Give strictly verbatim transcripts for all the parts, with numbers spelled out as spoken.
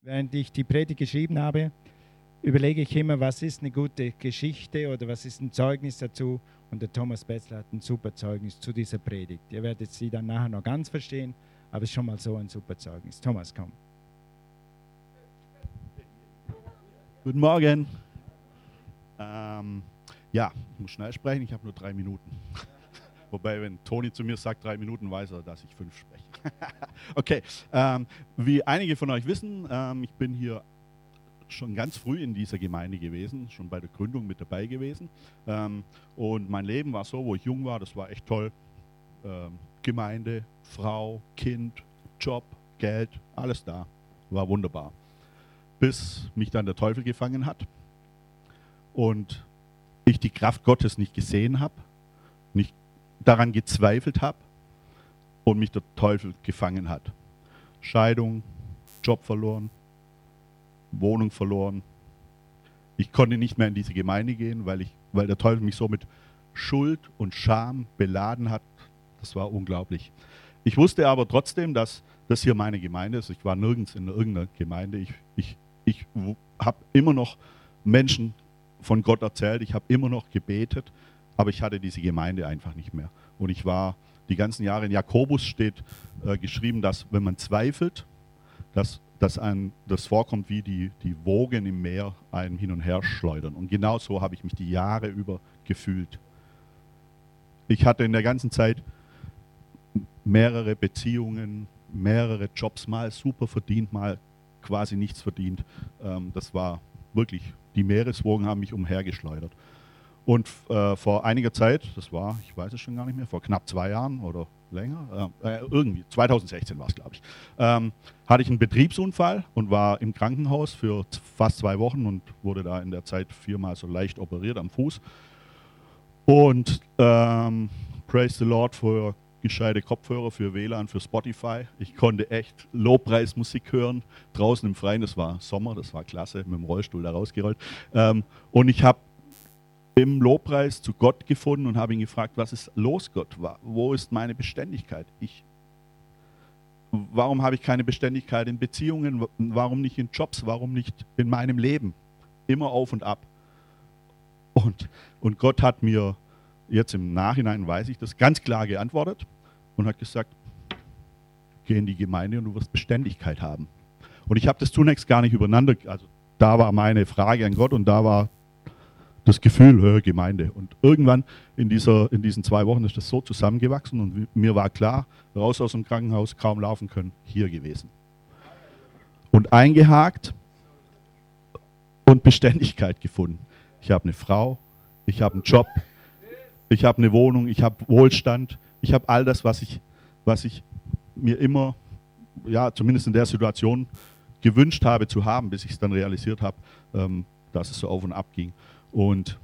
Während ich die Predigt geschrieben habe, überlege ich immer, was ist eine gute Geschichte oder was ist ein Zeugnis dazu. Und der Thomas Betzler hat ein super Zeugnis zu dieser Predigt. Ihr werdet sie dann nachher noch ganz verstehen, aber es ist schon mal so ein super Zeugnis. Thomas, komm. Guten Morgen. Ähm, ja, ich muss schnell sprechen, ich habe nur drei Minuten. Wobei, wenn Toni zu mir sagt, drei Minuten, weiß er, dass ich fünf spreche. Okay, ähm, wie einige von euch wissen, ähm, ich bin hier schon ganz früh in dieser Gemeinde gewesen, schon bei der Gründung mit dabei gewesen. Ähm, und mein Leben war so, wo ich jung war, das war echt toll. Ähm, Gemeinde, Frau, Kind, Job, Geld, alles da. War wunderbar. Bis mich dann der Teufel gefangen hat und ich die Kraft Gottes nicht gesehen habe, nicht daran gezweifelt habe und mich der Teufel gefangen hat. Scheidung, Job verloren, Wohnung verloren. Ich konnte nicht mehr in diese Gemeinde gehen, weil, ich, weil der Teufel mich so mit Schuld und Scham beladen hat. Das war unglaublich. Ich wusste aber trotzdem, dass das hier meine Gemeinde ist. Ich war nirgends in irgendeiner Gemeinde. Ich, ich, ich habe immer noch Menschen von Gott erzählt. Ich habe immer noch gebetet, aber ich hatte diese Gemeinde einfach nicht mehr. Und ich war die ganzen Jahre, in Jakobus steht äh, geschrieben, dass wenn man zweifelt, dass, dass einem das vorkommt, wie die, die Wogen im Meer einen hin und her schleudern. Und genau so habe ich mich die Jahre über gefühlt. Ich hatte in der ganzen Zeit mehrere Beziehungen, mehrere Jobs, mal super verdient, mal quasi nichts verdient. Ähm, das war wirklich, die Meereswogen haben mich umhergeschleudert. Und äh, vor einiger Zeit, das war, ich weiß es schon gar nicht mehr, vor knapp zwei Jahren oder länger, äh, irgendwie, zwanzig sechzehn war es, glaube ich, ähm, hatte ich einen Betriebsunfall und war im Krankenhaus für fast zwei Wochen und wurde da in der Zeit viermal so leicht operiert am Fuß. Und ähm, praise the Lord für gescheite Kopfhörer, für W L A N, für Spotify. Ich konnte echt Lobpreismusik hören, draußen im Freien, das war Sommer, das war klasse, mit dem Rollstuhl da rausgerollt. Ähm, und ich habe im Lobpreis zu Gott gefunden und habe ihn gefragt, was ist los, Gott? Wo ist meine Beständigkeit? Ich, warum habe ich keine Beständigkeit in Beziehungen? Warum nicht in Jobs? Warum nicht in meinem Leben? Immer auf und ab. Und, und Gott hat mir jetzt im Nachhinein, weiß ich das, ganz klar geantwortet und hat gesagt, geh in die Gemeinde und du wirst Beständigkeit haben. Und ich habe das zunächst gar nicht übereinander, also da war meine Frage an Gott und da war das Gefühl, äh, Gemeinde. Und irgendwann in, dieser, in diesen zwei Wochen ist das so zusammengewachsen und mir war klar, raus aus dem Krankenhaus, kaum laufen können, hier gewesen. Und eingehakt und Beständigkeit gefunden. Ich habe eine Frau, ich habe einen Job, ich habe eine Wohnung, ich habe Wohlstand, ich habe all das, was ich, was ich mir immer, ja, zumindest in der Situation gewünscht habe zu haben, bis ich es dann realisiert habe, ähm, dass es so auf und ab ging. Und,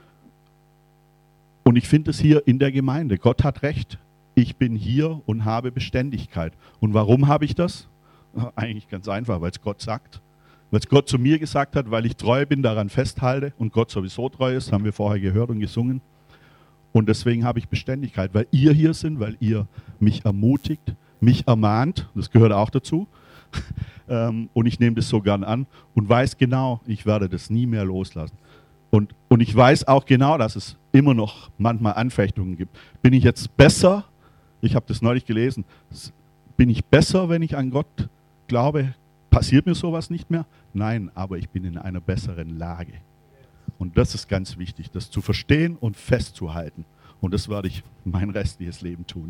und ich finde es hier in der Gemeinde. Gott hat recht. Ich bin hier und habe Beständigkeit. Und warum habe ich das? Eigentlich ganz einfach, weil es Gott sagt. Weil es Gott zu mir gesagt hat, weil ich treu bin, daran festhalte und Gott sowieso treu ist, haben wir vorher gehört und gesungen. Und deswegen habe ich Beständigkeit, weil ihr hier sind, weil ihr mich ermutigt, mich ermahnt, das gehört auch dazu. Und ich nehme das so gern an und weiß genau, ich werde das nie mehr loslassen. Und, und ich weiß auch genau, dass es immer noch manchmal Anfechtungen gibt. Bin ich jetzt besser? Ich habe das neulich gelesen. Bin ich besser, wenn ich an Gott glaube? Passiert mir sowas nicht mehr? Nein, aber ich bin in einer besseren Lage. Und das ist ganz wichtig, das zu verstehen und festzuhalten. Und das werde ich mein restliches Leben tun.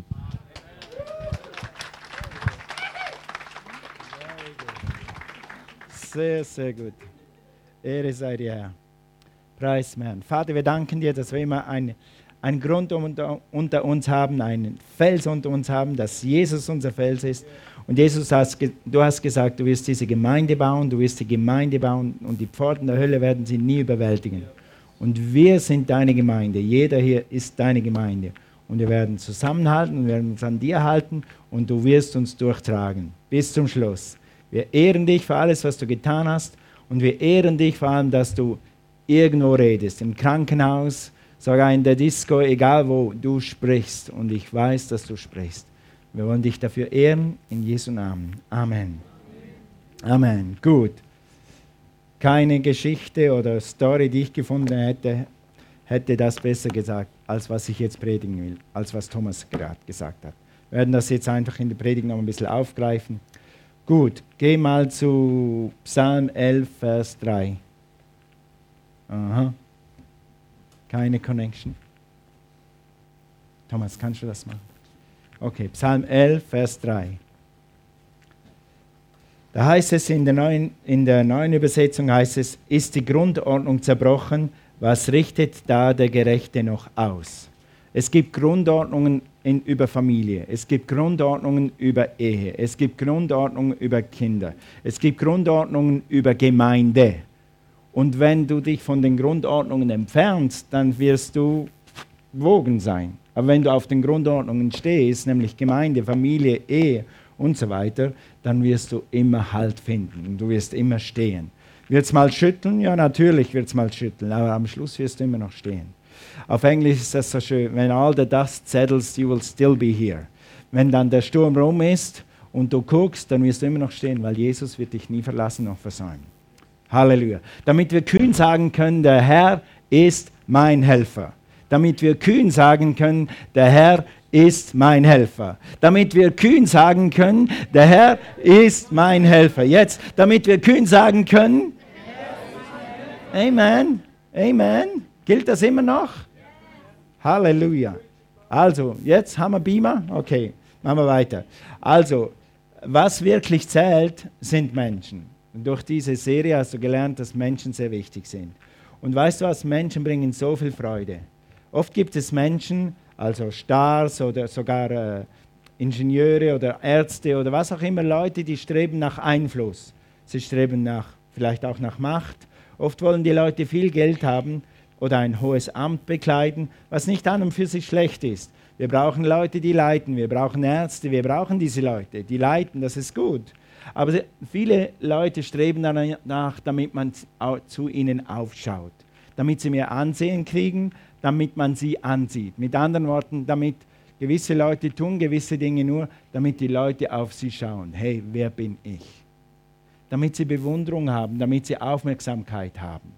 Sehr, sehr gut. Ehre sei dir, Herr. Preis dem Herrn. Vater, wir danken dir, dass wir immer einen, einen Grund unter, unter uns haben, einen Fels unter uns haben, dass Jesus unser Fels ist. Und Jesus, hast, du hast gesagt, du wirst diese Gemeinde bauen, du wirst die Gemeinde bauen und die Pforten der Hölle werden sie nie überwältigen. Und wir sind deine Gemeinde, jeder hier ist deine Gemeinde. Und wir werden zusammenhalten und werden uns an dir halten und du wirst uns durchtragen bis zum Schluss. Wir ehren dich für alles, was du getan hast und wir ehren dich vor allem, dass du irgendwo redest, im Krankenhaus, sogar in der Disco, egal wo du sprichst. Und ich weiß, dass du sprichst. Wir wollen dich dafür ehren, in Jesu Namen. Amen. Amen. Gut. Keine Geschichte oder Story, die ich gefunden hätte, hätte das besser gesagt, als was ich jetzt predigen will, als was Thomas gerade gesagt hat. Wir werden das jetzt einfach in der Predigt noch ein bisschen aufgreifen. Gut, geh mal zu Psalm elf, Vers drei. Aha. Keine Connection. Thomas, kannst du das machen? Okay, Psalm elf, Vers drei. Da heißt es in der neuen, in der neuen Übersetzung, heißt es, ist die Grundordnung zerbrochen, was richtet da der Gerechte noch aus? Es gibt Grundordnungen in, über Familie, es gibt Grundordnungen über Ehe, es gibt Grundordnungen über Kinder, es gibt Grundordnungen über Gemeinde. Und wenn du dich von den Grundordnungen entfernst, dann wirst du wogen sein. Aber wenn du auf den Grundordnungen stehst, nämlich Gemeinde, Familie, Ehe und so weiter, dann wirst du immer Halt finden und du wirst immer stehen. Wird es mal schütteln? Ja, natürlich wird es mal schütteln, aber am Schluss wirst du immer noch stehen. Auf Englisch ist das so schön, when all the dust settles, you will still be here. Wenn dann der Sturm rum ist und du guckst, dann wirst du immer noch stehen, weil Jesus wird dich nie verlassen noch versäumen. Halleluja. Damit wir kühn sagen können, der Herr ist mein Helfer. Damit wir kühn sagen können, der Herr ist mein Helfer. Damit wir kühn sagen können, der Herr ist mein Helfer. Jetzt, damit wir kühn sagen können, Amen, Amen. Gilt das immer noch? Halleluja. Also, jetzt haben wir Beamer. Okay, machen wir weiter. Also, was wirklich zählt, sind Menschen. Und durch diese Serie hast du gelernt, dass Menschen sehr wichtig sind. Und weißt du was? Menschen bringen so viel Freude. Oft gibt es Menschen, also Stars oder sogar äh, Ingenieure oder Ärzte oder was auch immer, Leute, die streben nach Einfluss. Sie streben nach, vielleicht auch nach Macht. Oft wollen die Leute viel Geld haben oder ein hohes Amt bekleiden, was nicht an und für sich schlecht ist. Wir brauchen Leute, die leiten, wir brauchen Ärzte, wir brauchen diese Leute, die leiten, das ist gut. Aber viele Leute streben danach, damit man zu ihnen aufschaut, damit sie mehr Ansehen kriegen, damit man sie ansieht. Mit anderen Worten, damit gewisse Leute tun gewisse Dinge nur, damit die Leute auf sie schauen. Hey, wer bin ich? Damit sie Bewunderung haben, damit sie Aufmerksamkeit haben.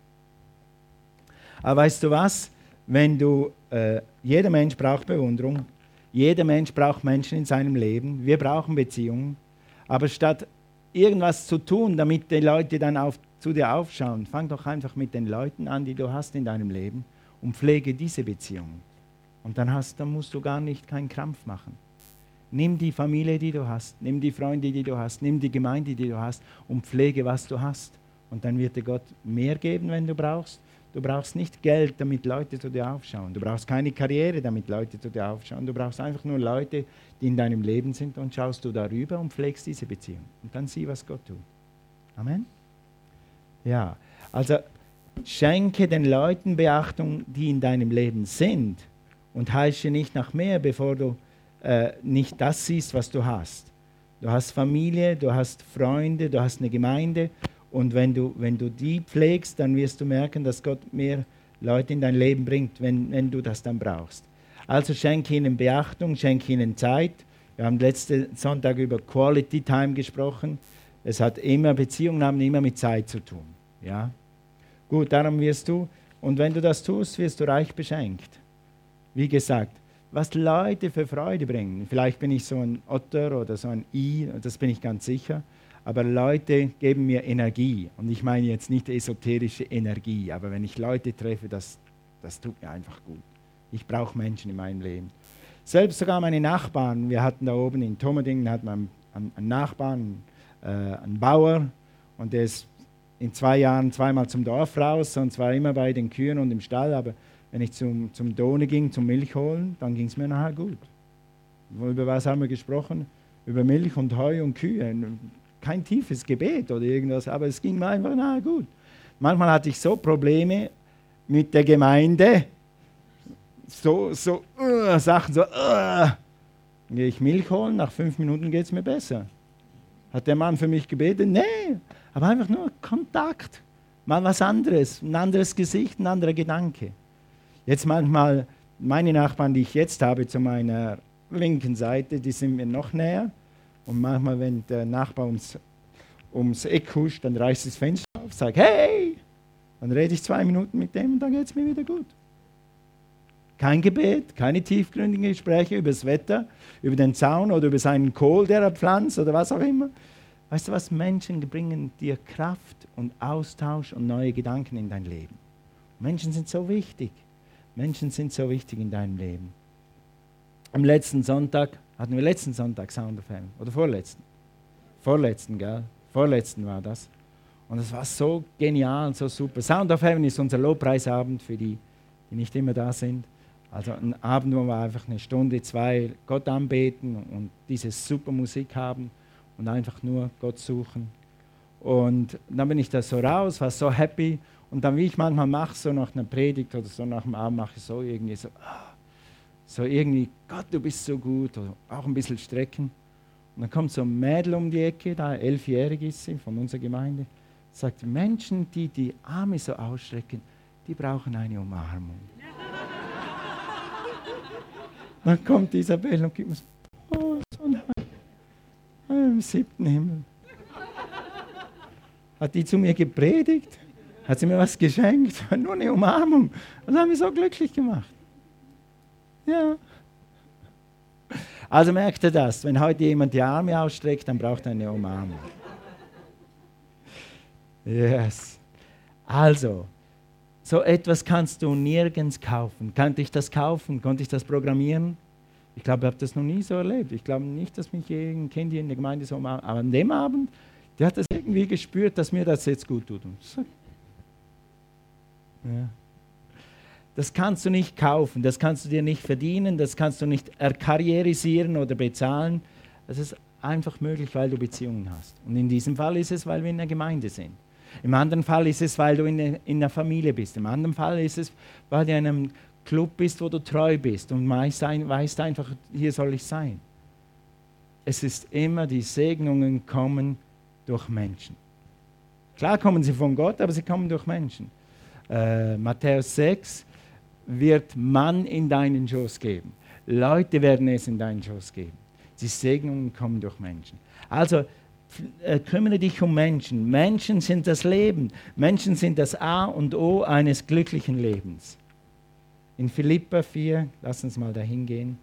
Aber weißt du was? Wenn du, äh, jeder Mensch braucht Bewunderung, jeder Mensch braucht Menschen in seinem Leben, wir brauchen Beziehungen, aber statt irgendwas zu tun, damit die Leute dann auf, zu dir aufschauen, fang doch einfach mit den Leuten an, die du hast in deinem Leben und pflege diese Beziehungen. Und dann, hast, dann musst du gar nicht keinen Krampf machen. Nimm die Familie, die du hast, nimm die Freunde, die du hast, nimm die Gemeinde, die du hast und pflege, was du hast. Und dann wird dir Gott mehr geben, wenn du brauchst. Du brauchst nicht Geld, damit Leute zu dir aufschauen. Du brauchst keine Karriere, damit Leute zu dir aufschauen. Du brauchst einfach nur Leute, die in deinem Leben sind, und schaust du darüber und pflegst diese Beziehung. Und dann sieh, was Gott tut. Amen? Ja, also schenke den Leuten Beachtung, die in deinem Leben sind, und heische nicht nach mehr, bevor du äh, nicht das siehst, was du hast. Du hast Familie, du hast Freunde, du hast eine Gemeinde. Und wenn du, wenn du die pflegst, dann wirst du merken, dass Gott mehr Leute in dein Leben bringt, wenn, wenn du das dann brauchst. Also schenke ihnen Beachtung, schenke ihnen Zeit. Wir haben letzten Sonntag über Quality Time gesprochen. Es hat immer, Beziehungen haben immer mit Zeit zu tun. Ja? Gut, darum wirst du, und wenn du das tust, wirst du reich beschenkt. Wie gesagt, was Leute für Freude bringen. Vielleicht bin ich so ein Otter oder so ein I, das bin ich ganz sicher. Aber Leute geben mir Energie. Und ich meine jetzt nicht esoterische Energie, aber wenn ich Leute treffe, das, das tut mir einfach gut. Ich brauche Menschen in meinem Leben. Selbst sogar meine Nachbarn, wir hatten da oben in Tomerdingen hatten wir einen, einen Nachbarn, äh, einen Bauer, und der ist in zwei Jahren zweimal zum Dorf raus, und zwar immer bei den Kühen und im Stall, aber wenn ich zum, zum Done ging, zum Milch holen, dann ging es mir nachher gut. Über was haben wir gesprochen? Über Milch und Heu und Kühe. Kein tiefes Gebet oder irgendwas, aber es ging mir einfach nahe gut. Manchmal hatte ich so Probleme mit der Gemeinde, so, so uh, Sachen, so, uh, gehe ich Milch holen, nach fünf Minuten geht es mir besser. Hat der Mann für mich gebetet? Nee, aber einfach nur Kontakt, mal was anderes, ein anderes Gesicht, ein anderer Gedanke. Jetzt manchmal, meine Nachbarn, die ich jetzt habe zu meiner linken Seite, die sind mir noch näher. Und manchmal, wenn der Nachbar uns, ums Eck huscht, dann reißt das Fenster auf, sage hey, dann rede ich zwei Minuten mit dem und dann geht es mir wieder gut. Kein Gebet, keine tiefgründigen Gespräche über das Wetter, über den Zaun oder über seinen Kohl, der er pflanzt oder was auch immer. Weißt du was, Menschen bringen dir Kraft und Austausch und neue Gedanken in dein Leben. Menschen sind so wichtig. Menschen sind so wichtig in deinem Leben. Am letzten Sonntag, hatten wir letzten Sonntag Sound of Heaven, oder vorletzten? Vorletzten, gell? Vorletzten war das. Und es war so genial, so super. Sound of Heaven ist unser Lobpreisabend für die, die nicht immer da sind. Also ein Abend, wo wir einfach eine Stunde, zwei Gott anbeten und diese super Musik haben und einfach nur Gott suchen. Und dann bin ich da so raus, war so happy. Und dann, wie ich manchmal mache, so nach einer Predigt oder so nach dem Abend, mache ich so irgendwie so, so irgendwie, Gott, du bist so gut, oder auch ein bisschen strecken. Und dann kommt so ein Mädel um die Ecke, da elfjährig ist sie, von unserer Gemeinde, sagt, Menschen, die die Arme so ausstrecken, die brauchen eine Umarmung. Dann kommt Isabel und gibt mir so, oh, so nein, im siebten Himmel. Hat die zu mir gepredigt? Hat sie mir was geschenkt? Nur eine Umarmung. Das hat mich so glücklich gemacht. Ja. Also merkt ihr das, wenn heute jemand die Arme ausstreckt, dann braucht er eine Umarmung. Yes. Also, so etwas kannst du nirgends kaufen. Kannte ich das kaufen? Konnte ich das programmieren? Ich glaube, ich habe das noch nie so erlebt. Ich glaube nicht, dass mich ein Kind hier in der Gemeinde so umarmt. Aber an dem Abend, der hat das irgendwie gespürt, dass mir das jetzt gut tut. Und so. Ja. Das kannst du nicht kaufen, das kannst du dir nicht verdienen, das kannst du nicht erkarrierisieren oder bezahlen. Das ist einfach möglich, weil du Beziehungen hast. Und in diesem Fall ist es, weil wir in der Gemeinde sind. Im anderen Fall ist es, weil du in, in einer Familie bist. Im anderen Fall ist es, weil du in einem Club bist, wo du treu bist und weißt, weißt einfach, hier soll ich sein. Es ist immer, die Segnungen kommen durch Menschen. Klar kommen sie von Gott, aber sie kommen durch Menschen. Äh, Matthäus sechs wird Mann in deinen Schoß geben. Leute werden es in deinen Schoß geben. Die Segnungen kommen durch Menschen. Also äh, kümmere dich um Menschen. Menschen sind das Leben. Menschen sind das A und O eines glücklichen Lebens. In Philipper vier, lass uns mal dahin gehen.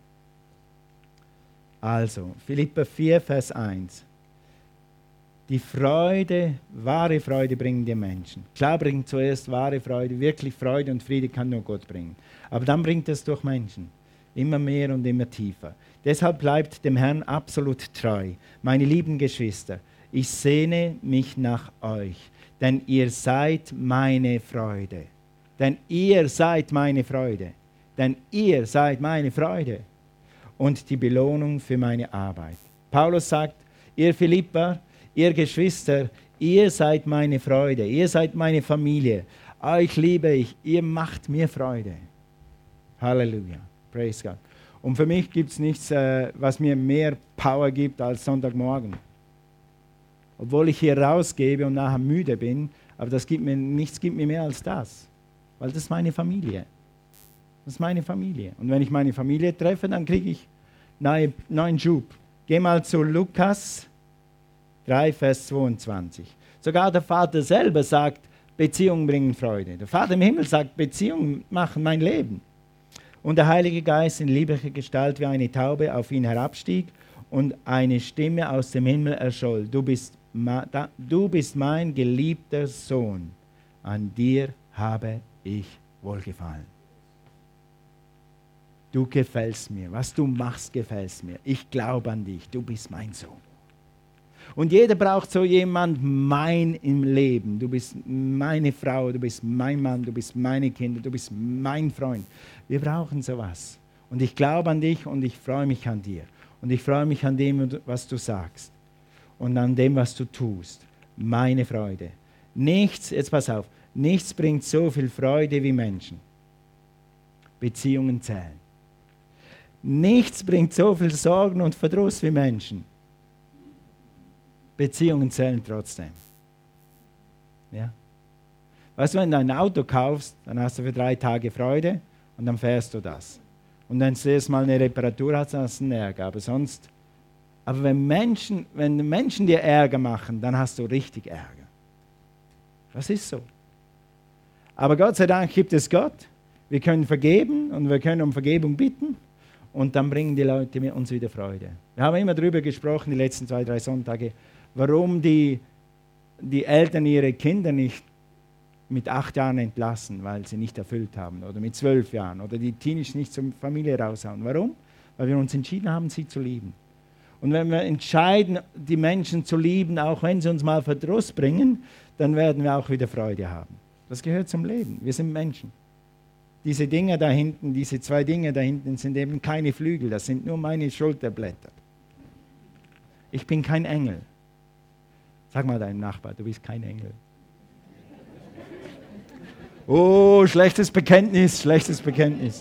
Also, Philipper vier, Vers eins. Die Freude, wahre Freude bringen die Menschen. Klar bringt zuerst wahre Freude, wirklich Freude und Friede kann nur Gott bringen. Aber dann bringt es durch Menschen. Immer mehr und immer tiefer. Deshalb bleibt dem Herrn absolut treu. Meine lieben Geschwister, ich sehne mich nach euch, denn ihr seid meine Freude. Denn ihr seid meine Freude. Denn ihr seid meine Freude. Und die Belohnung für meine Arbeit. Paulus sagt, ihr Philipper, ihr Geschwister, ihr seid meine Freude, ihr seid meine Familie, euch liebe ich, ihr macht mir Freude. Halleluja, praise God. Und für mich gibt es nichts, äh, was mir mehr Power gibt als Sonntagmorgen. Obwohl ich hier rausgebe und nachher müde bin, aber das gibt mir, nichts gibt mir mehr als das. Weil das ist meine Familie. Das ist meine Familie. Und wenn ich meine Familie treffe, dann kriege ich neue, neuen Schub. Geh mal zu Lukas drei, Vers zweiundzwanzig. Sogar der Vater selber sagt, Beziehungen bringen Freude. Der Vater im Himmel sagt, Beziehungen machen mein Leben. Und der Heilige Geist in lieblicher Gestalt wie eine Taube auf ihn herabstieg und eine Stimme aus dem Himmel erscholl. Du bist, da, du bist mein geliebter Sohn. An dir habe ich wohlgefallen. Du gefällst mir. Was du machst, gefällst mir. Ich glaube an dich. Du bist mein Sohn. Und jeder braucht so jemand, mein im Leben. Du bist meine Frau, du bist mein Mann, du bist meine Kinder, du bist mein Freund. Wir brauchen sowas. Und ich glaube an dich und ich freue mich an dir. Und ich freue mich an dem, was du sagst. Und an dem, was du tust. Meine Freude. Nichts, jetzt pass auf, nichts bringt so viel Freude wie Menschen. Beziehungen zählen. Nichts bringt so viel Sorgen und Verdruss wie Menschen. Beziehungen zählen trotzdem. Ja? Weißt du, wenn du ein Auto kaufst, dann hast du für drei Tage Freude und dann fährst du das. Und wenn du erst mal eine Reparatur hast, dann hast du einen Ärger. Aber sonst Aber wenn Menschen, wenn Menschen dir Ärger machen, dann hast du richtig Ärger. Das ist so. Aber Gott sei Dank gibt es Gott. Wir können vergeben und wir können um Vergebung bitten und dann bringen die Leute uns wieder Freude. Wir haben immer darüber gesprochen, die letzten zwei, drei Sonntage, warum die, die Eltern ihre Kinder nicht mit acht Jahren entlassen, weil sie nicht erfüllt haben, oder mit zwölf Jahren, oder die Teenies nicht zur Familie raushauen. Warum? Weil wir uns entschieden haben, sie zu lieben. Und wenn wir entscheiden, die Menschen zu lieben, auch wenn sie uns mal Verdruss bringen, dann werden wir auch wieder Freude haben. Das gehört zum Leben. Wir sind Menschen. Diese Dinge da hinten, diese zwei Dinge da hinten sind eben keine Flügel, das sind nur meine Schulterblätter. Ich bin kein Engel. Sag mal deinem Nachbar, du bist kein Engel. Oh, schlechtes Bekenntnis, schlechtes Bekenntnis.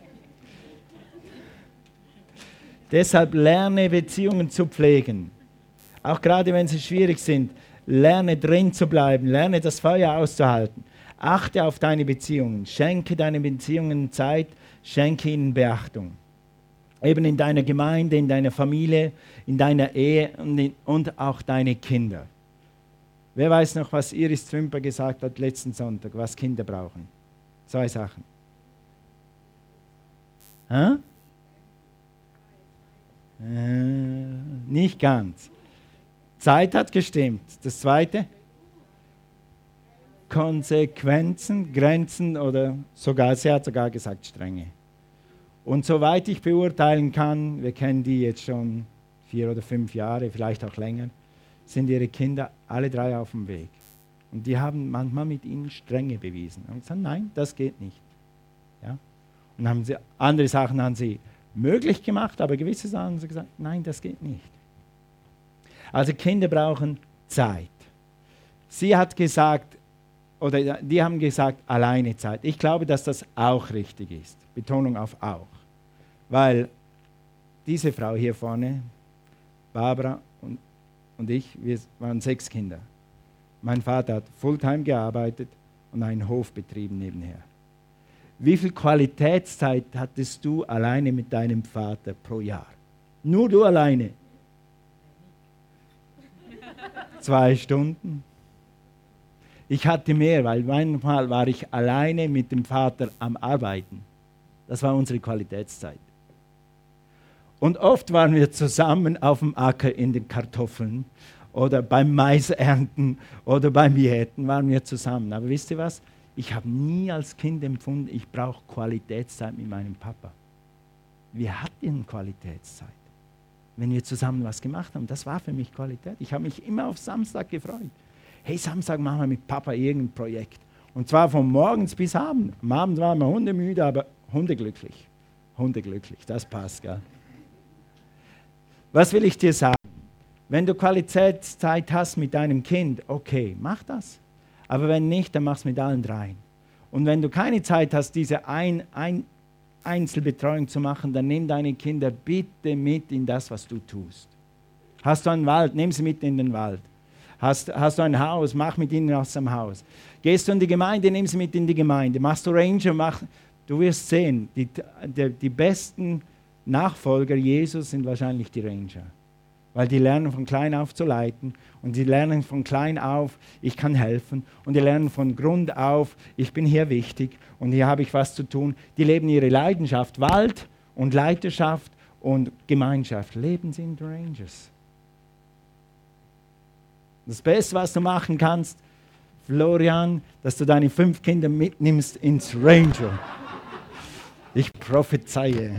Deshalb lerne Beziehungen zu pflegen. Auch gerade wenn sie schwierig sind, lerne drin zu bleiben, lerne das Feuer auszuhalten. Achte auf deine Beziehungen, schenke deinen Beziehungen Zeit, schenke ihnen Beachtung. Eben in deiner Gemeinde, in deiner Familie, in deiner Ehe und, in, und auch deine Kinder. Wer weiß noch, was Iris Trümper gesagt hat letzten Sonntag, was Kinder brauchen? Zwei Sachen. Hä? Äh, nicht ganz. Zeit hat gestimmt. Das Zweite? Konsequenzen, Grenzen oder sogar, sie hat sogar gesagt, Strenge. Und soweit ich beurteilen kann, wir kennen die jetzt schon vier oder fünf Jahre, vielleicht auch länger, sind ihre Kinder alle drei auf dem Weg. Und die haben manchmal mit ihnen Strenge bewiesen. Und gesagt, nein, das geht nicht. Ja? Und haben sie, andere Sachen haben sie möglich gemacht, aber gewisse Sachen haben sie gesagt, nein, das geht nicht. Also Kinder brauchen Zeit. Sie hat gesagt, oder die haben gesagt, alleine Zeit. Ich glaube, dass das auch richtig ist. Betonung auf auch. Weil diese Frau hier vorne, Barbara und, und ich, wir waren sechs Kinder. Mein Vater hat Fulltime gearbeitet und einen Hof betrieben nebenher. Wie viel Qualitätszeit hattest du alleine mit deinem Vater pro Jahr? Nur du alleine. Zwei Stunden. Ich hatte mehr, weil manchmal war ich alleine mit dem Vater am Arbeiten. Das war unsere Qualitätszeit. Und oft waren wir zusammen auf dem Acker in den Kartoffeln oder beim Maisernten oder beim Jäten waren wir zusammen. Aber wisst ihr was? Ich habe nie als Kind empfunden, ich brauche Qualitätszeit mit meinem Papa. Wir hatten Qualitätszeit. Wenn wir zusammen was gemacht haben, das war für mich Qualität. Ich habe mich immer auf Samstag gefreut. Hey, Samstag machen wir mit Papa irgendein Projekt. Und zwar von morgens bis abend. Am Abend waren wir hundemüde, aber hundeglücklich. Hundeglücklich, das passt, gell? Was will ich dir sagen? Wenn du Qualitätszeit hast mit deinem Kind, okay, mach das. Aber wenn nicht, dann mach es mit allen dreien. Und wenn du keine Zeit hast, diese ein, ein Einzelbetreuung zu machen, dann nimm deine Kinder bitte mit in das, was du tust. Hast du einen Wald, nimm sie mit in den Wald. Hast, hast du ein Haus, mach mit ihnen aus dem Haus. Gehst du in die Gemeinde, nimm sie mit in die Gemeinde. Machst du Ranger, mach, du wirst sehen, die, die, die besten Nachfolger Jesus sind wahrscheinlich die Ranger. Weil die lernen von klein auf zu leiten und die lernen von klein auf, ich kann helfen und die lernen von Grund auf, ich bin hier wichtig und hier habe ich was zu tun. Die leben ihre Leidenschaft, Wald und Leiterschaft und Gemeinschaft, leben sie in den Rangers. Das Beste, was du machen kannst, Florian, dass du deine fünf Kinder mitnimmst ins Ranger. Ich prophezeie.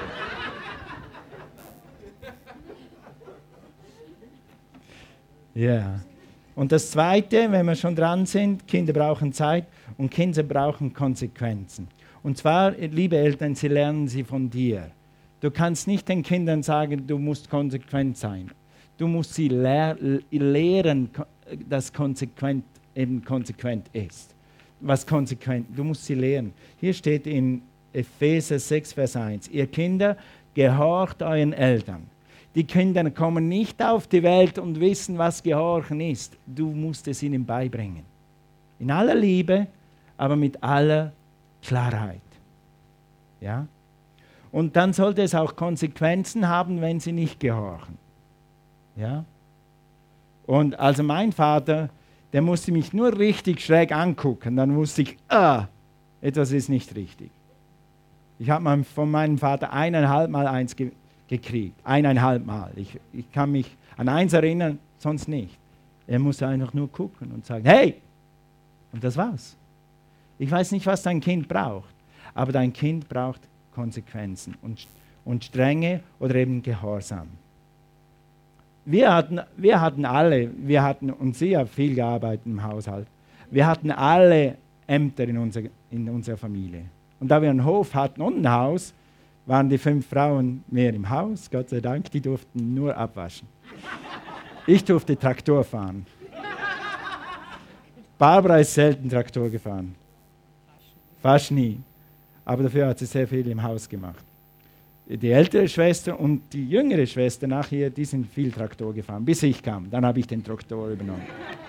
Ja. Und das Zweite, wenn wir schon dran sind, Kinder brauchen Zeit und Kinder brauchen Konsequenzen. Und zwar, liebe Eltern, sie lernen sie von dir. Du kannst nicht den Kindern sagen, du musst konsequent sein. Du musst sie lehr lehren, dass konsequent eben konsequent ist. Was konsequent, du musst sie lehren. Hier steht in Epheser sechs, Vers eins, ihr Kinder, gehorcht euren Eltern. Die Kinder kommen nicht auf die Welt und wissen, was Gehorchen ist. Du musst es ihnen beibringen. In aller Liebe, aber mit aller Klarheit. Ja? Und dann sollte es auch Konsequenzen haben, wenn sie nicht gehorchen. Ja? Und also mein Vater, der musste mich nur richtig schräg angucken, dann wusste ich, ah, etwas ist nicht richtig. Ich habe von meinem Vater eineinhalb Mal eins ge gekriegt, eineinhalb Mal. Ich, ich kann mich an eins erinnern, sonst nicht. Er musste einfach nur gucken und sagen, hey! Und das war's. Ich weiß nicht, was dein Kind braucht, aber dein Kind braucht Konsequenzen und, und Strenge oder eben Gehorsam. Wir hatten, wir hatten alle, wir hatten und sie hat viel gearbeitet im Haushalt. Wir hatten alle Ämter in, unser, in unserer Familie. Und da wir einen Hof hatten und ein Haus, waren die fünf Frauen mehr im Haus, Gott sei Dank, die durften nur abwaschen. Ich durfte Traktor fahren. Barbara ist selten Traktor gefahren. Fast nie. Aber dafür hat sie sehr viel im Haus gemacht. Die ältere Schwester und die jüngere Schwester nachher, die sind viel Traktor gefahren, bis ich kam. Dann habe ich den Traktor übernommen.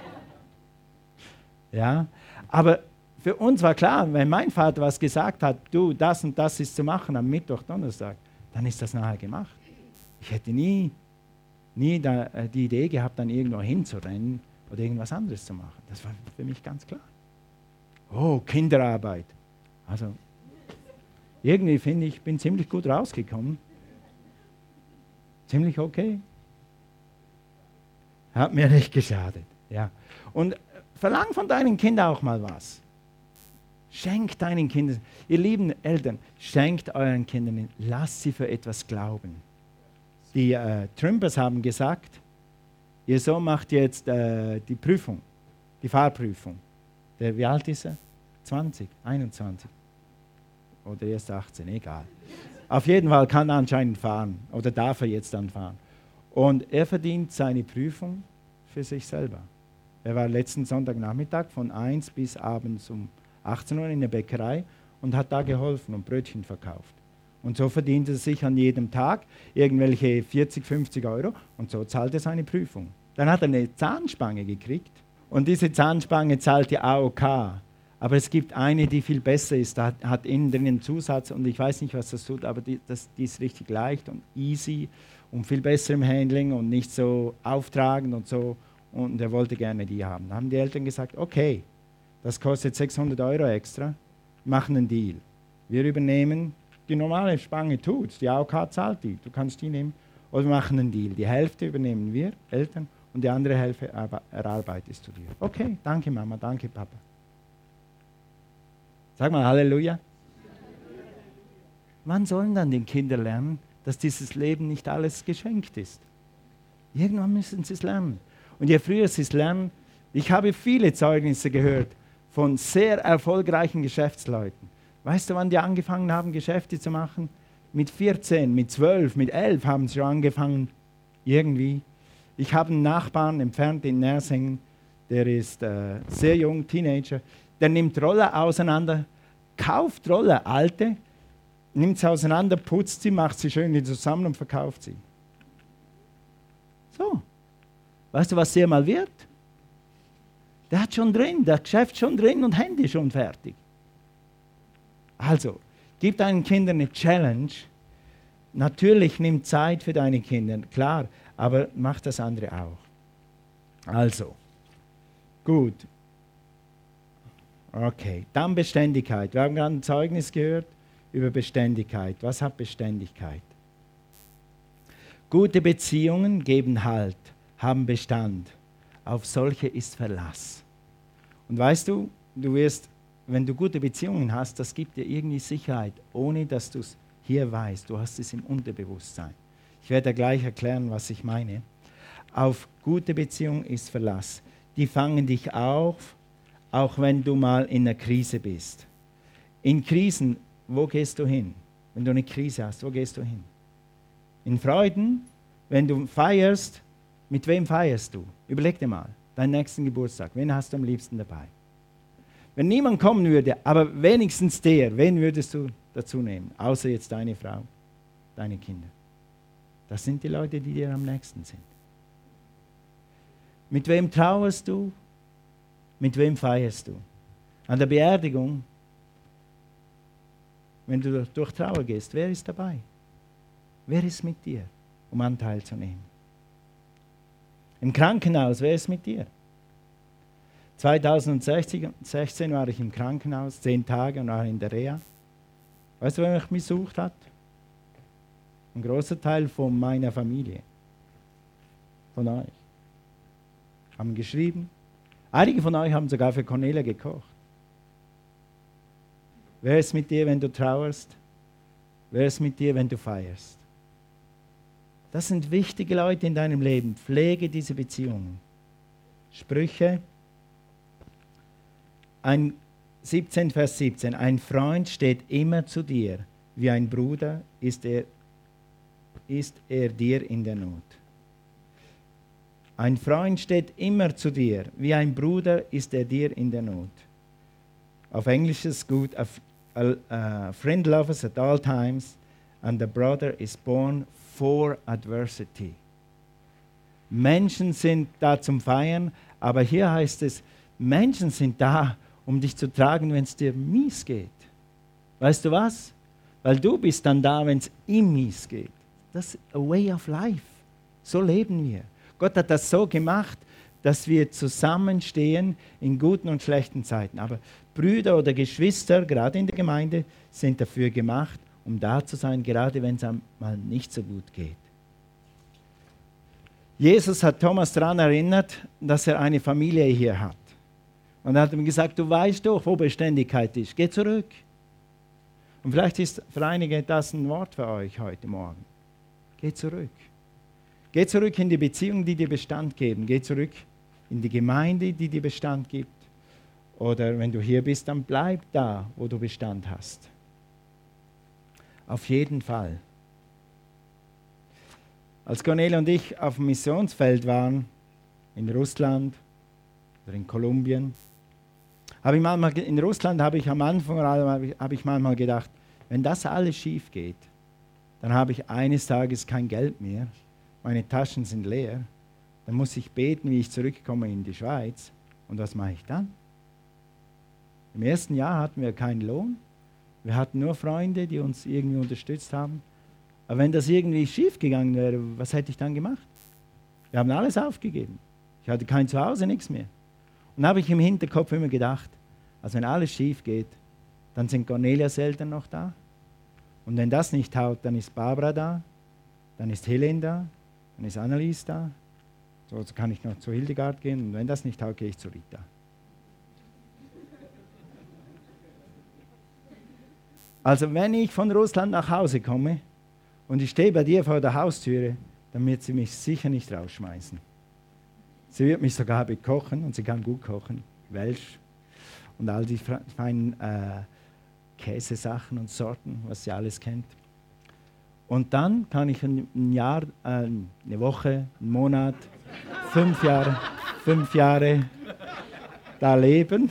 Ja, aber für uns war klar, wenn mein Vater was gesagt hat, du, das und das ist zu machen am Mittwoch, Donnerstag, dann ist das nachher gemacht. Ich hätte nie, nie da, äh, die Idee gehabt, dann irgendwo hinzurennen oder irgendwas anderes zu machen. Das war für mich ganz klar. Oh, Kinderarbeit. Also, irgendwie finde ich, bin ziemlich gut rausgekommen. Ziemlich okay. Hat mir nicht geschadet. Ja. Und verlang von deinen Kindern auch mal was. Schenkt deinen Kindern, ihr lieben Eltern, schenkt euren Kindern, lasst sie für etwas glauben. Die äh, Trümpers haben gesagt, ihr Sohn macht jetzt äh, die Prüfung, die Fahrprüfung. Der, wie alt ist er? zwanzig, einundzwanzig. Oder erst achtzehn, egal. Auf jeden Fall kann er anscheinend fahren oder darf er jetzt dann fahren. Und er verdient seine Prüfung für sich selber. Er war letzten Sonntagnachmittag von eins bis abends um achtzehn Uhr in der Bäckerei und hat da geholfen und Brötchen verkauft. Und so verdient er sich an jedem Tag irgendwelche vierzig, fünfzig Euro und so zahlt er seine Prüfung. Dann hat er eine Zahnspange gekriegt und diese Zahnspange zahlt die A O K. Aber es gibt eine, die viel besser ist, da hat, hat innen drin einen Zusatz und ich weiß nicht, was das tut, aber die, das, die ist richtig leicht und easy und viel besser im Handling und nicht so auftragend und so. Und er wollte gerne die haben. Da haben die Eltern gesagt, okay, das kostet sechshundert Euro extra, machen einen Deal. Wir übernehmen, die normale Spange tut's, die A O K zahlt die, du kannst die nehmen, oder wir machen einen Deal. Die Hälfte übernehmen wir, Eltern, und die andere Hälfte erarbeitest du dir. Okay, danke Mama, danke Papa. Sag mal Halleluja. Wann sollen dann die Kinder lernen, dass dieses Leben nicht alles geschenkt ist? Irgendwann müssen sie es lernen. Und je früher sie es lernen, ich habe viele Zeugnisse gehört von sehr erfolgreichen Geschäftsleuten. Weißt du, wann die angefangen haben, Geschäfte zu machen? Mit vierzehn, mit zwölf, mit elf haben sie schon angefangen, irgendwie. Ich habe einen Nachbarn entfernt in Nersingen, der ist äh, sehr jung, Teenager. Der nimmt Roller auseinander, kauft Roller, alte, nimmt sie auseinander, putzt sie, macht sie schön wieder zusammen und verkauft sie. So. Weißt du, was der mal wird? Der hat schon drin, das Geschäft schon drin und Handy schon fertig. Also, gib deinen Kindern eine Challenge. Natürlich nimm Zeit für deine Kinder, klar, aber mach das andere auch. Also, gut. Okay, dann Beständigkeit. Wir haben gerade ein Zeugnis gehört über Beständigkeit. Was hat Beständigkeit? Gute Beziehungen geben Halt, haben Bestand. Auf solche ist Verlass. Und weißt du, du wirst, wenn du gute Beziehungen hast, das gibt dir irgendwie Sicherheit, ohne dass du es hier weißt. Du hast es im Unterbewusstsein. Ich werde dir gleich erklären, was ich meine. Auf gute Beziehungen ist Verlass. Die fangen dich auf, auch wenn du mal in einer Krise bist. In Krisen, wo gehst du hin? Wenn du eine Krise hast, wo gehst du hin? In Freuden, wenn du feierst, mit wem feierst du? Überleg dir mal, deinen nächsten Geburtstag, wen hast du am liebsten dabei? Wenn niemand kommen würde, aber wenigstens der, wen würdest du dazu nehmen? Außer jetzt deine Frau, deine Kinder. Das sind die Leute, die dir am nächsten sind. Mit wem trauerst du? Mit wem feierst du? An der Beerdigung, wenn du durch Trauer gehst, wer ist dabei? Wer ist mit dir, um Anteil zu nehmen? Im Krankenhaus, wer ist mit dir? zweitausendsechzehn war ich im Krankenhaus, zehn Tage und war in der Reha. Weißt du, wer mich besucht hat? Ein großer Teil von meiner Familie. Von euch. Haben geschrieben. Einige von euch haben sogar für Cornelia gekocht. Wer ist mit dir, wenn du trauerst? Wer ist mit dir, wenn du feierst? Das sind wichtige Leute in deinem Leben. Pflege diese Beziehungen. Sprüche ein, siebzehn, Vers siebzehn. Ein Freund steht immer zu dir. Wie ein Bruder ist er, ist er dir in der Not. Ein Freund steht immer zu dir. Wie ein Bruder ist er dir in der Not. Auf Englisch ist es gut. A, a, a friend loves at all times and a brother is born for adversity. Menschen sind da zum Feiern, aber hier heißt es, Menschen sind da, um dich zu tragen, wenn es dir mies geht. Weißt du was? Weil du bist dann da, wenn es ihm mies geht. Das ist a way of life. So leben wir. Gott hat das so gemacht, dass wir zusammenstehen in guten und schlechten Zeiten. Aber Brüder oder Geschwister, gerade in der Gemeinde, sind dafür gemacht, um da zu sein, gerade wenn es einem mal nicht so gut geht. Jesus hat Thomas daran erinnert, dass er eine Familie hier hat. Und er hat ihm gesagt, du weißt doch, wo Beständigkeit ist. Geh zurück. Und vielleicht ist für einige das ein Wort für euch heute Morgen. Geh zurück. Geh zurück in die Beziehungen, die dir Bestand geben. Geh zurück in die Gemeinde, die dir Bestand gibt. Oder wenn du hier bist, dann bleib da, wo du Bestand hast. Auf jeden Fall. Als Cornelia und ich auf dem Missionsfeld waren, in Russland oder in Kolumbien, habe ich manchmal, in Russland habe ich am Anfang habe ich, habe ich manchmal gedacht, wenn das alles schief geht, dann habe ich eines Tages kein Geld mehr, meine Taschen sind leer, dann muss ich beten, wie ich zurückkomme in die Schweiz. Und was mache ich dann? Im ersten Jahr hatten wir keinen Lohn, wir hatten nur Freunde, die uns irgendwie unterstützt haben. Aber wenn das irgendwie schief gegangen wäre, was hätte ich dann gemacht? Wir haben alles aufgegeben. Ich hatte kein Zuhause, nichts mehr. Und habe ich im Hinterkopf immer gedacht, also wenn alles schief geht, dann sind Cornelias Eltern noch da. Und wenn das nicht haut, dann ist Barbara da, dann ist Helen da, dann ist Annelies da. So, so kann ich noch zu Hildegard gehen. Und wenn das nicht haut, gehe ich zu Rita. Also wenn ich von Russland nach Hause komme und ich stehe bei dir vor der Haustüre, dann wird sie mich sicher nicht rausschmeißen. Sie wird mich sogar bekochen und sie kann gut kochen, Welsch und all die feinen äh, Käsesachen und Sorten, was sie alles kennt. Und dann kann ich ein, ein Jahr, äh, eine Woche, einen Monat, fünf Jahre, fünf Jahre da leben.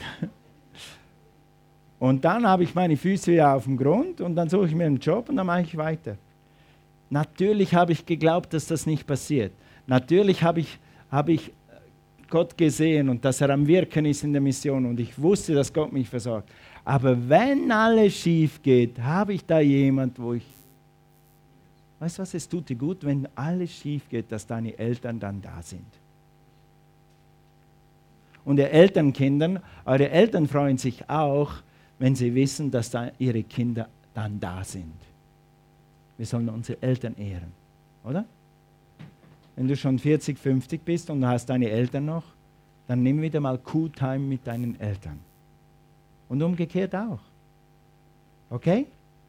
Und dann habe ich meine Füße wieder auf dem Grund und dann suche ich mir einen Job und dann mache ich weiter. Natürlich habe ich geglaubt, dass das nicht passiert. Natürlich habe ich, habe ich Gott gesehen und dass er am Wirken ist in der Mission und ich wusste, dass Gott mich versorgt. Aber wenn alles schief geht, habe ich da jemand, wo ich... Weißt du was, es tut dir gut, wenn alles schief geht, dass deine Eltern dann da sind. Und ihr Elternkindern, eure Eltern freuen sich auch, wenn sie wissen, dass da ihre Kinder dann da sind. Wir sollen unsere Eltern ehren, oder? Wenn du schon vierzig, fünfzig bist und du hast deine Eltern noch, dann nimm wieder mal Q-Time mit deinen Eltern. Und umgekehrt auch. Okay?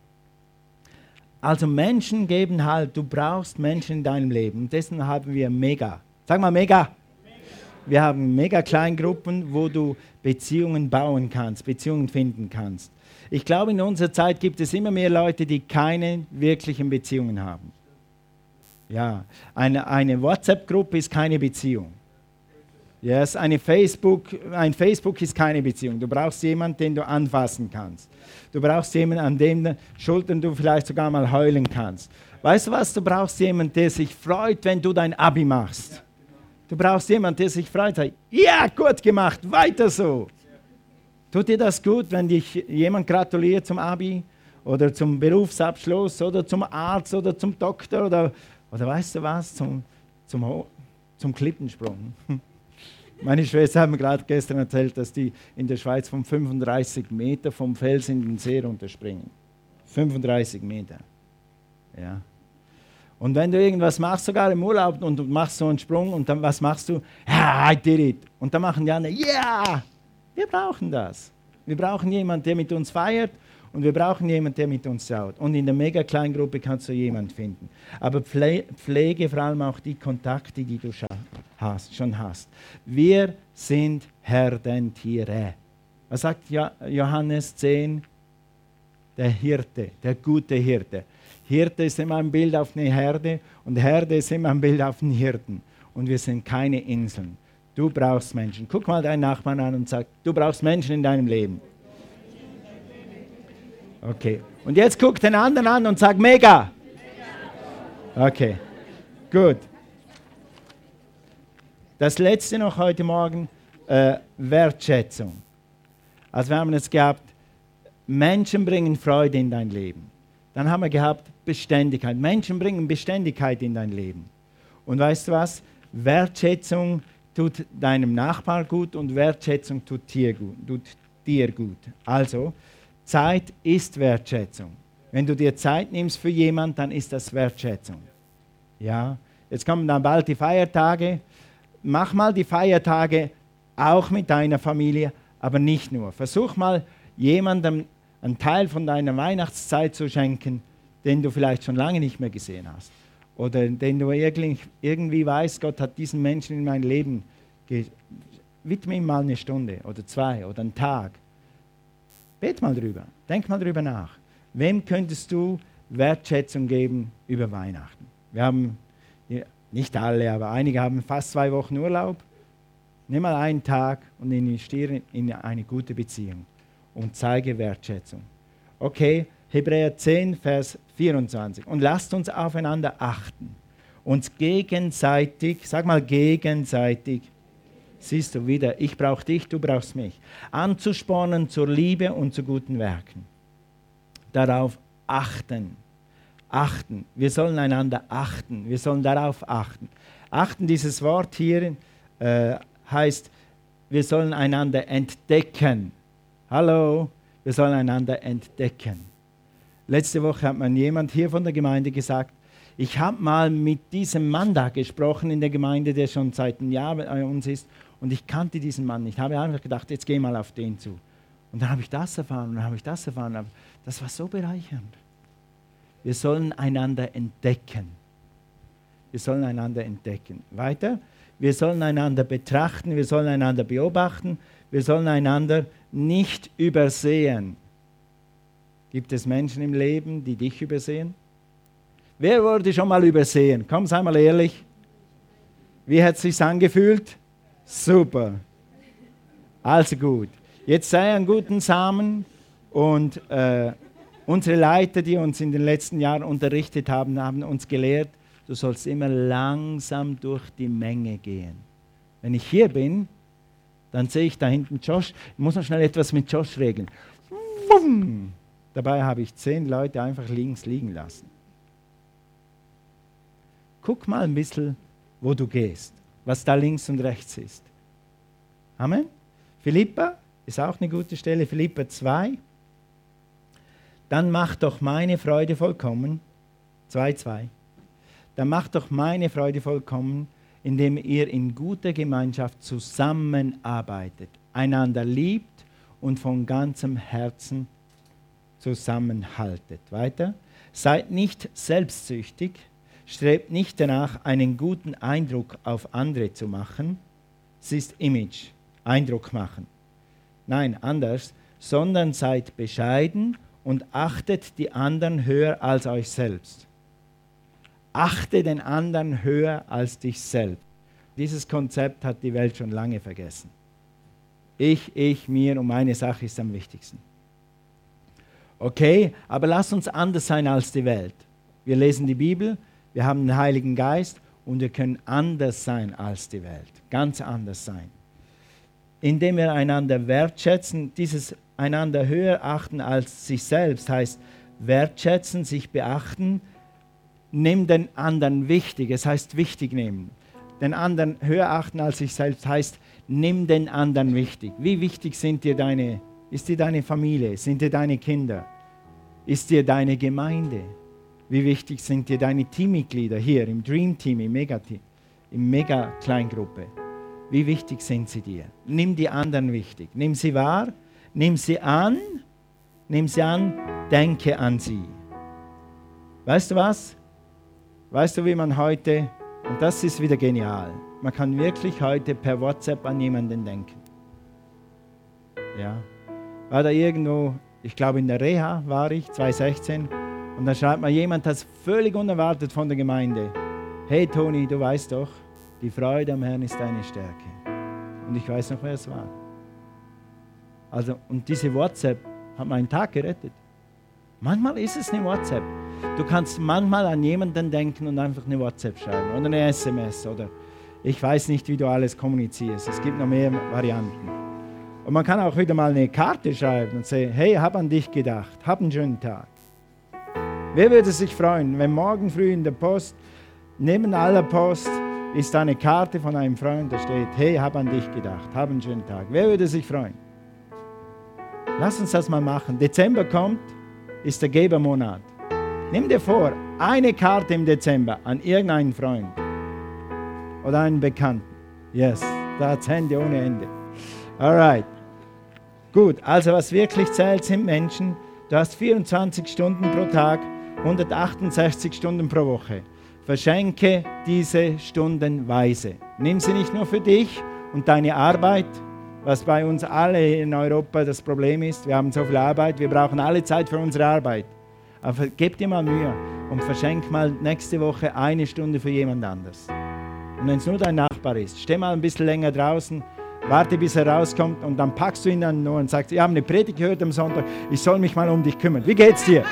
Also Menschen geben Halt. Du brauchst Menschen in deinem Leben. Und deswegen haben wir Mega. Sag mal Mega. Wir haben mega Kleingruppen, wo du Beziehungen bauen kannst, Beziehungen finden kannst. Ich glaube, in unserer Zeit gibt es immer mehr Leute, die keine wirklichen Beziehungen haben. Ja, eine, eine WhatsApp-Gruppe ist keine Beziehung. Yes, eine Facebook, ein Facebook ist keine Beziehung. Du brauchst jemanden, den du anfassen kannst. Du brauchst jemanden, an dem Schultern du vielleicht sogar mal heulen kannst. Weißt du was? Du brauchst jemanden, der sich freut, wenn du dein Abi machst. Du brauchst jemanden, der sich freut, sagt, ja, gut gemacht, weiter so. Tut dir das gut, wenn dich jemand gratuliert zum Abi oder zum Berufsabschluss oder zum Arzt oder zum Doktor oder, oder weißt du was, zum, zum, zum Klippensprung. Meine Schwester hat mir gerade gestern erzählt, dass die in der Schweiz von fünfunddreißig Meter vom Fels in den See runterspringen. fünfunddreißig Meter. Ja. Und wenn du irgendwas machst, sogar im Urlaub, und du machst so einen Sprung, und dann was machst du? Ja, I did it. Und dann machen die anderen, ja, yeah! Wir brauchen das. Wir brauchen jemanden, der mit uns feiert, und wir brauchen jemanden, der mit uns schaut. Und in der Mega-Kleingruppe kannst du jemanden finden. Aber pflege vor allem auch die Kontakte, die du hast, schon hast. Wir sind Herdentiere. Was sagt Johannes zehn? Der Hirte, der gute Hirte. Hirte ist immer ein Bild auf eine Herde und Herde ist immer ein Bild auf einen Hirten. Und wir sind keine Inseln. Du brauchst Menschen. Guck mal deinen Nachbarn an und sag, du brauchst Menschen in deinem Leben. Okay. Und jetzt guck den anderen an und sag mega. Okay. Gut. Das letzte noch heute Morgen, äh, Wertschätzung. Also wir haben jetzt gehabt, Menschen bringen Freude in dein Leben. Dann haben wir gehabt Beständigkeit. Menschen bringen Beständigkeit in dein Leben. Und weißt du was? Wertschätzung tut deinem Nachbar gut und Wertschätzung tut dir gut. Tut dir gut. Also, Zeit ist Wertschätzung. Wenn du dir Zeit nimmst für jemanden, dann ist das Wertschätzung. Ja, jetzt kommen dann bald die Feiertage. Mach mal die Feiertage auch mit deiner Familie, aber nicht nur. Versuch mal, jemandem einen Teil von deiner Weihnachtszeit zu schenken, den du vielleicht schon lange nicht mehr gesehen hast. Oder den du irgendwie, irgendwie weißt, Gott hat diesen Menschen in mein Leben gegeben. Widme ihm mal eine Stunde oder zwei oder einen Tag. Bet mal drüber, denk mal drüber nach. Wem könntest du Wertschätzung geben über Weihnachten? Wir haben, nicht alle, aber einige haben fast zwei Wochen Urlaub. Nimm mal einen Tag und investiere in eine gute Beziehung und zeige Wertschätzung. Okay, Hebräer zehn, Vers vierundzwanzig. Und lasst uns aufeinander achten, uns gegenseitig, sag mal gegenseitig, siehst du wieder, ich brauche dich, du brauchst mich, anzuspornen zur Liebe und zu guten Werken. Darauf achten. Achten. Wir sollen einander achten. Wir sollen darauf achten. Achten, dieses Wort hier äh, heißt, wir sollen einander entdecken. Hallo, wir sollen einander entdecken. Letzte Woche hat mir jemand hier von der Gemeinde gesagt, ich habe mal mit diesem Mann da gesprochen in der Gemeinde, der schon seit einem Jahr bei uns ist, und ich kannte diesen Mann nicht. Ich habe einfach gedacht, jetzt geh mal auf den zu. Und dann habe ich das erfahren und dann habe ich das erfahren. Das war so bereichernd. Wir sollen einander entdecken. Wir sollen einander entdecken. Weiter. Wir sollen einander betrachten, wir sollen einander beobachten, wir sollen einander nicht übersehen. Gibt es Menschen im Leben, die dich übersehen? Wer wurde schon mal übersehen? Komm, sei mal ehrlich. Wie hat es sich angefühlt? Super. Also gut. Jetzt sei ein guten Samen und äh, unsere Leiter, die uns in den letzten Jahren unterrichtet haben, haben uns gelehrt, du sollst immer langsam durch die Menge gehen. Wenn ich hier bin, dann sehe ich da hinten Josh. Ich muss noch schnell etwas mit Josh regeln. Wumm. Dabei habe ich zehn Leute einfach links liegen lassen. Guck mal ein bisschen, wo du gehst, was da links und rechts ist. Amen. Philippa ist auch eine gute Stelle, Philippa zwei. Dann macht doch meine Freude vollkommen. zwei, zwei. Dann macht doch meine Freude vollkommen, indem ihr in guter Gemeinschaft zusammenarbeitet, einander liebt und von ganzem Herzen zusammenhaltet. Weiter. Seid nicht selbstsüchtig, strebt nicht danach, einen guten Eindruck auf andere zu machen. Es ist Image, Eindruck machen. Nein, anders, sondern seid bescheiden und achtet die anderen höher als euch selbst. Achte den anderen höher als dich selbst. Dieses Konzept hat die Welt schon lange vergessen. Ich, ich, mir und meine Sache ist am wichtigsten. Okay, aber lass uns anders sein als die Welt. Wir lesen die Bibel, wir haben den Heiligen Geist und wir können anders sein als die Welt. Ganz anders sein. Indem wir einander wertschätzen, dieses einander höher achten als sich selbst, heißt wertschätzen, sich beachten, nimm den anderen wichtig, es heißt wichtig nehmen. den anderen höher achten als sich selbst heißt, nimm den anderen wichtig. Wie wichtig sind dir deine, ist dir deine Familie, sind dir deine Kinder, ist dir deine Gemeinde? Wie wichtig sind dir deine Teammitglieder hier im Dream Team, im Megateam, im Mega-Kleingruppe? Wie wichtig sind sie dir? Nimm die anderen wichtig. Nimm sie wahr, nimm sie an, nimm sie an, denke an sie. Weißt du was? Weißt du, wie man heute, und das ist wieder genial, man kann wirklich heute per WhatsApp an jemanden denken. Ja. War da irgendwo, ich glaube in der Reha war ich, zwanzig sechzehn, und da schreibt mir jemand, das völlig unerwartet von der Gemeinde. Hey Toni, du weißt doch, die Freude am Herrn ist deine Stärke. Und ich weiß noch, wer es war. Also, und diese WhatsApp hat meinen Tag gerettet. Manchmal ist es eine WhatsApp. Du kannst manchmal an jemanden denken und einfach eine WhatsApp schreiben oder eine S M S oder ich weiß nicht, wie du alles kommunizierst. Es gibt noch mehr Varianten. Und man kann auch wieder mal eine Karte schreiben und sagen, hey, hab an dich gedacht, hab einen schönen Tag. Wer würde sich freuen, wenn morgen früh in der Post, neben aller Post, ist eine Karte von einem Freund, da steht, hey, hab an dich gedacht, hab einen schönen Tag. Wer würde sich freuen? Lass uns das mal machen. Dezember kommt, ist der Gebermonat. Nimm dir vor, eine Karte im Dezember an irgendeinen Freund oder einen Bekannten. Yes, da hat's Hände ohne Ende. Alright. Gut, also was wirklich zählt, sind Menschen. Du hast vierundzwanzig Stunden pro Tag, hundertachtundsechzig Stunden pro Woche. Verschenke diese Stunden weise. Nimm sie nicht nur für dich und deine Arbeit, was bei uns alle in Europa das Problem ist. Wir haben so viel Arbeit, wir brauchen alle Zeit für unsere Arbeit. Aber gib dir mal Mühe und verschenk mal nächste Woche eine Stunde für jemand anderes. Und wenn es nur dein Nachbar ist, steh mal ein bisschen länger draußen, warte bis er rauskommt und dann packst du ihn dann nur und sagst, ich habe eine Predigt gehört am Sonntag, ich soll mich mal um dich kümmern. Wie geht's dir?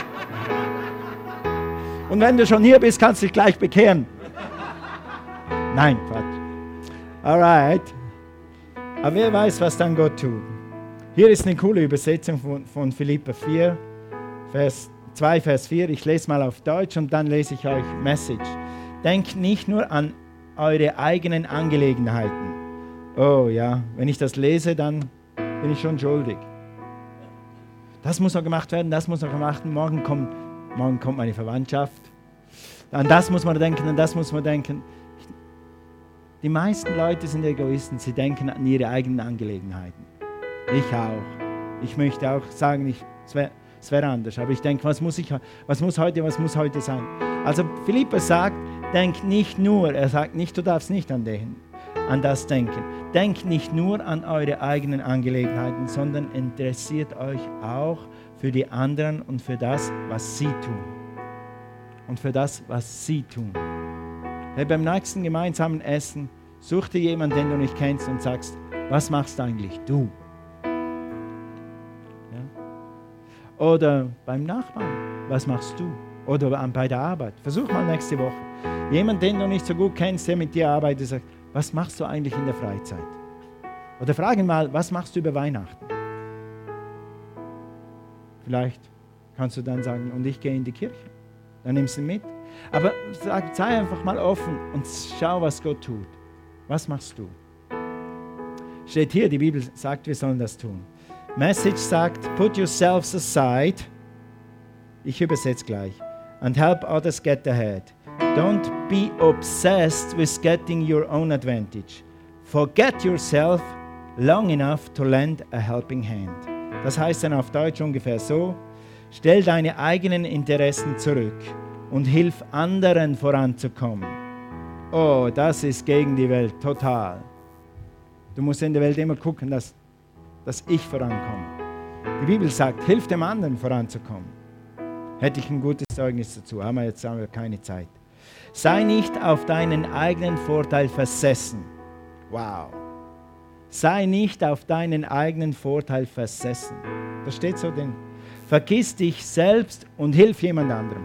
Und wenn du schon hier bist, kannst du dich gleich bekehren. Nein, Quatsch. Alright. Aber wer weiß, was dann Gott tut. Hier ist eine coole Übersetzung von, von Philipper vier, Vers zwei, Vers vier. Ich lese mal auf Deutsch und dann lese ich euch Message. Denkt nicht nur an eure eigenen Angelegenheiten. Oh ja, wenn ich das lese, dann bin ich schon schuldig. Das muss noch gemacht werden, das muss noch gemacht werden. Morgen kommt, morgen kommt meine Verwandtschaft. An das muss man denken, an das muss man denken. Die meisten Leute sind Egoisten, sie denken an ihre eigenen Angelegenheiten. Ich auch. Ich möchte auch sagen, ich, es wäre es wär anders, aber ich denke, was muss, ich, was muss heute, was muss heute sein? Also Philippus sagt, denk nicht nur, er sagt nicht, du darfst nicht an, den, an das denken. Denkt nicht nur an eure eigenen Angelegenheiten, sondern interessiert euch auch für die anderen und für das, was sie tun. Und für das, was sie tun. Hey, beim nächsten gemeinsamen Essen such dir jemanden, den du nicht kennst und sagst, was machst eigentlich du? Ja? Oder beim Nachbarn, was machst du? Oder bei der Arbeit. Versuch mal nächste Woche. Jemand, den du nicht so gut kennst, der mit dir arbeitet, sagt, was machst du eigentlich in der Freizeit? Oder frag ihn mal, was machst du über Weihnachten? Vielleicht kannst du dann sagen, und ich gehe in die Kirche. Dann nimmst du ihn mit. Aber sag, sei einfach mal offen und schau, was Gott tut. Was machst du? Steht hier, die Bibel sagt, wir sollen das tun. Message sagt, put yourselves aside. Ich übersetze gleich. And help others get ahead. Don't be obsessed with getting your own advantage. Forget yourself long enough to lend a helping hand. Das heißt dann auf Deutsch ungefähr so, stell deine eigenen Interessen zurück und hilf anderen voranzukommen. Oh, das ist gegen die Welt, total. Du musst in der Welt immer gucken, dass, dass ich vorankomme. Die Bibel sagt, hilf dem anderen voranzukommen. Hätte ich ein gutes Zeugnis dazu, aber jetzt haben wir keine Zeit. Sei nicht auf deinen eigenen Vorteil versessen. Wow. Sei nicht auf deinen eigenen Vorteil versessen. Da steht so drin. Vergiss dich selbst und hilf jemand anderem.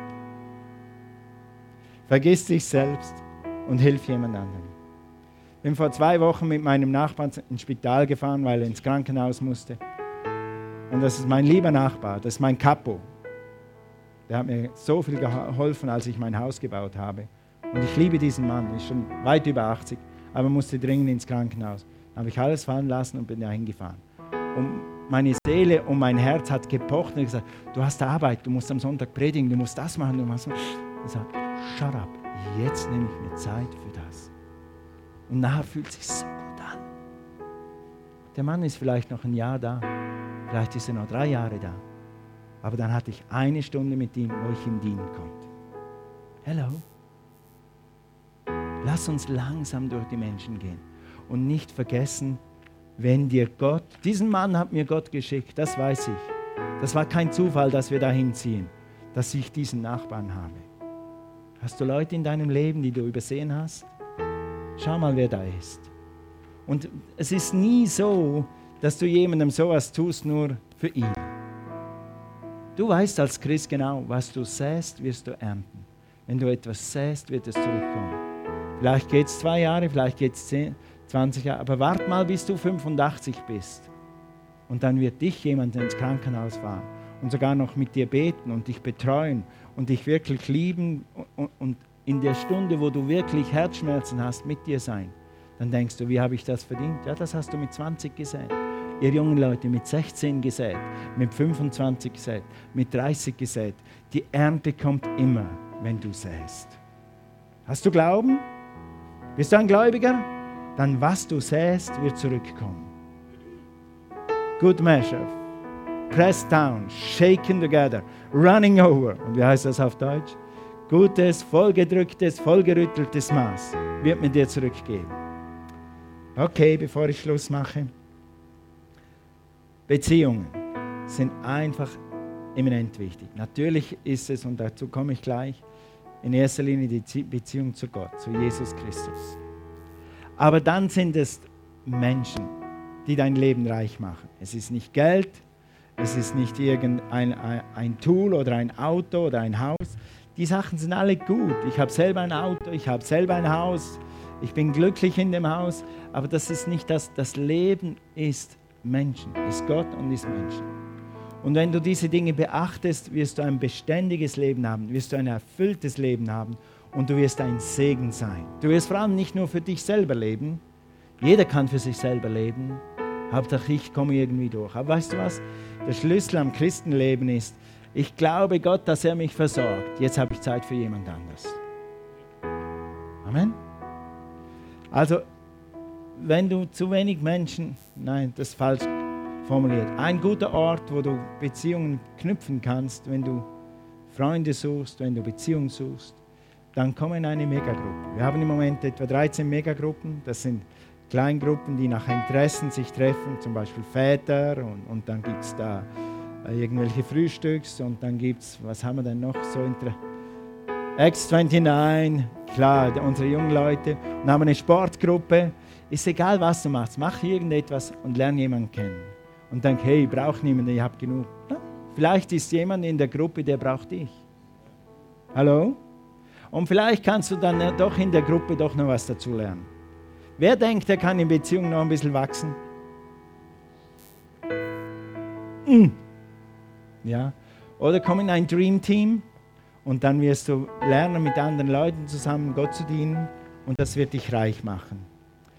Vergiss dich selbst und hilf jemand anderem. Ich bin vor zwei Wochen mit meinem Nachbarn ins Spital gefahren, weil er ins Krankenhaus musste. Und das ist mein lieber Nachbar, das ist mein Capo. Der hat mir so viel geholfen, als ich mein Haus gebaut habe. Und ich liebe diesen Mann, ist schon weit über achtzig, aber musste dringend ins Krankenhaus. Dann habe ich alles fallen lassen und bin da hingefahren. Und meine Seele und mein Herz hat gepocht und gesagt, du hast Arbeit, du musst am Sonntag predigen, du musst das machen, du musst das. Ich sage, shut up, jetzt nehme ich mir Zeit für das. Und nachher fühlt es sich so gut an. Der Mann ist vielleicht noch ein Jahr da, vielleicht ist er noch drei Jahre da. Aber dann hatte ich eine Stunde mit ihm, wo ich ihm dienen konnte. Hello. Lass uns langsam durch die Menschen gehen und nicht vergessen, wenn dir Gott, diesen Mann hat mir Gott geschickt, das weiß ich. Das war kein Zufall, dass wir da hinziehen, dass ich diesen Nachbarn habe. Hast du Leute in deinem Leben, die du übersehen hast? Schau mal, wer da ist. Und es ist nie so, dass du jemandem sowas tust, nur für ihn. Du weißt als Christ genau, was du säst, wirst du ernten. Wenn du etwas säst, wird es zurückkommen. Vielleicht geht es zwei Jahre, vielleicht geht es zwanzig Jahre, aber wart mal, bis du fünfundachtzig bist. Und dann wird dich jemand ins Krankenhaus fahren und sogar noch mit dir beten und dich betreuen und dich wirklich lieben und, und in der Stunde, wo du wirklich Herzschmerzen hast, mit dir sein. Dann denkst du, wie habe ich das verdient? Ja, das hast du mit zwanzig gesät. Ihr jungen Leute, mit sechzehn gesät, mit fünfundzwanzig gesät, mit dreißig gesät. Die Ernte kommt immer, wenn du säst. Hast du Glauben? Bist du ein Gläubiger? Dann was du säst, wird zurückkommen. Good measure, pressed down, shaken together, running over. Und wie heißt das auf Deutsch? Gutes, vollgedrücktes, vollgerütteltes Maß wird mir dir zurückgeben. Okay, bevor ich Schluss mache. Beziehungen sind einfach eminent wichtig. Natürlich ist es, und dazu komme ich gleich, in erster Linie die Beziehung zu Gott, zu Jesus Christus. Aber dann sind es Menschen, die dein Leben reich machen. Es ist nicht Geld, es ist nicht irgendein ein Tool oder ein Auto oder ein Haus. Die Sachen sind alle gut. Ich habe selber ein Auto, ich habe selber ein Haus, ich bin glücklich in dem Haus, aber das ist nicht das. Das Leben ist Menschen, ist Gott und ist Menschen. Und wenn du diese Dinge beachtest, wirst du ein beständiges Leben haben, wirst du ein erfülltes Leben haben und du wirst ein Segen sein. Du wirst vor allem nicht nur für dich selber leben, jeder kann für sich selber leben, Hauptsache ich komme irgendwie durch. Aber weißt du was? Der Schlüssel am Christenleben ist, ich glaube Gott, dass er mich versorgt. Jetzt habe ich Zeit für jemand anderes. Amen. Also, wenn du zu wenig Menschen, nein, das ist falsch formuliert, ein guter Ort, wo du Beziehungen knüpfen kannst, wenn du Freunde suchst, wenn du Beziehungen suchst, dann komm in eine Megagruppe. Wir haben im Moment etwa dreizehn Megagruppen, das sind Kleingruppen, die nach Interessen sich treffen, zum Beispiel Väter und, und dann gibt es da irgendwelche Frühstücks und dann gibt es, was haben wir denn noch so inter X neunundundzwanzig, klar, unsere jungen Leute, und haben eine Sportgruppe. Ist egal, was du machst, mach irgendetwas und lerne jemanden kennen. Und denk, hey, ich brauche niemanden, ich habe genug. Ja, vielleicht ist jemand in der Gruppe, der braucht dich. Hallo? Und vielleicht kannst du dann doch in der Gruppe doch noch was dazu lernen. Wer denkt, er kann in Beziehung noch ein bisschen wachsen? Mm. Ja. Oder komm in ein Dream Team und dann wirst du lernen, mit anderen Leuten zusammen Gott zu dienen und das wird dich reich machen.